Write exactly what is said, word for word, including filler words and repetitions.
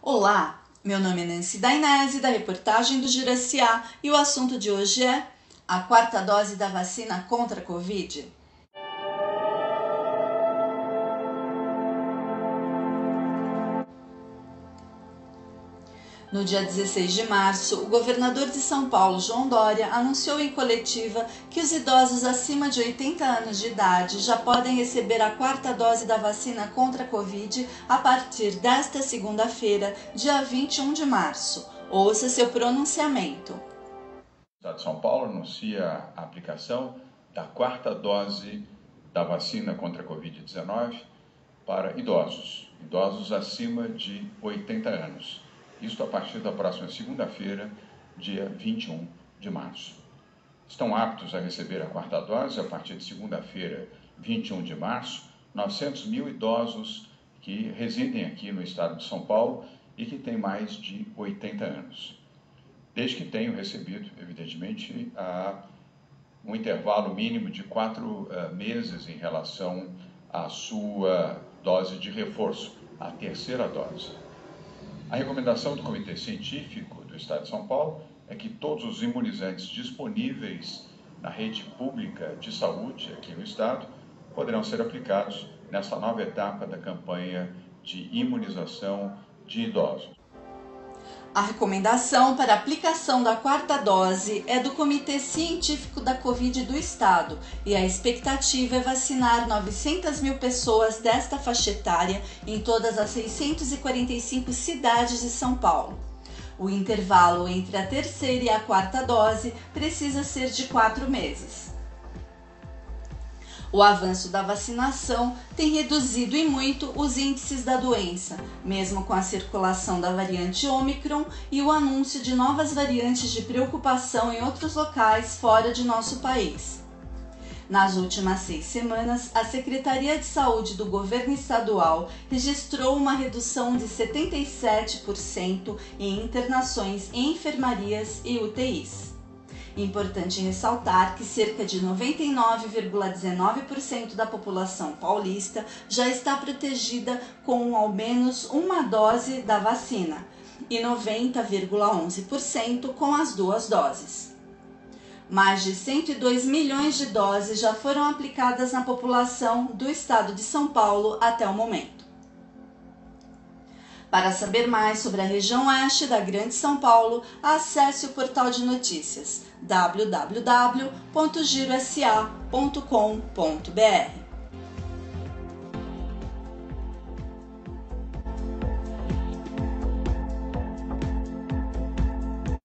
Olá, meu nome é Nancy Dainese, da reportagem do Giro S A, e o assunto de hoje é a quarta dose da vacina contra a Covid. No dia dezesseis de março, o governador de São Paulo, João Dória, anunciou em coletiva que os idosos acima de oitenta anos de idade já podem receber a quarta dose da vacina contra a Covid a partir desta segunda-feira, dia vinte e um de março. Ouça seu pronunciamento. O Estado de São Paulo anuncia a aplicação da quarta dose da vacina contra a Covid dezenove para idosos, idosos acima de oitenta anos. Isto a partir da próxima segunda-feira, dia vinte e um de março. Estão aptos a receber a quarta dose a partir de segunda-feira, vinte e um de março, novecentos mil idosos que residem aqui no estado de São Paulo e que têm mais de oitenta anos. Desde que tenham recebido, evidentemente, a, um intervalo mínimo de quatro uh, meses em relação à sua dose de reforço, a terceira dose. A recomendação do Comitê Científico do Estado de São Paulo é que todos os imunizantes disponíveis na rede pública de saúde aqui no Estado poderão ser aplicados nessa nova etapa da campanha de imunização de idosos. A recomendação para a aplicação da quarta dose é do Comitê Científico da Covid do Estado e a expectativa é vacinar novecentas mil pessoas desta faixa etária em todas as seiscentas e quarenta e cinco cidades de São Paulo. O intervalo entre a terceira e a quarta dose precisa ser de quatro meses. O avanço da vacinação tem reduzido em muito os índices da doença, mesmo com a circulação da variante Ômicron e o anúncio de novas variantes de preocupação em outros locais fora de nosso país. Nas últimas seis semanas, a Secretaria de Saúde do Governo Estadual registrou uma redução de setenta e sete por cento em internações em enfermarias e U T Is. Importante ressaltar que cerca de noventa e nove vírgula dezenove por cento da população paulista já está protegida com ao menos uma dose da vacina e noventa vírgula onze por cento com as duas doses. Mais de cento e dois milhões de doses já foram aplicadas na população do estado de São Paulo até o momento. Para saber mais sobre a região oeste da Grande São Paulo, acesse o portal de notícias w w w ponto giro s a ponto com ponto b r.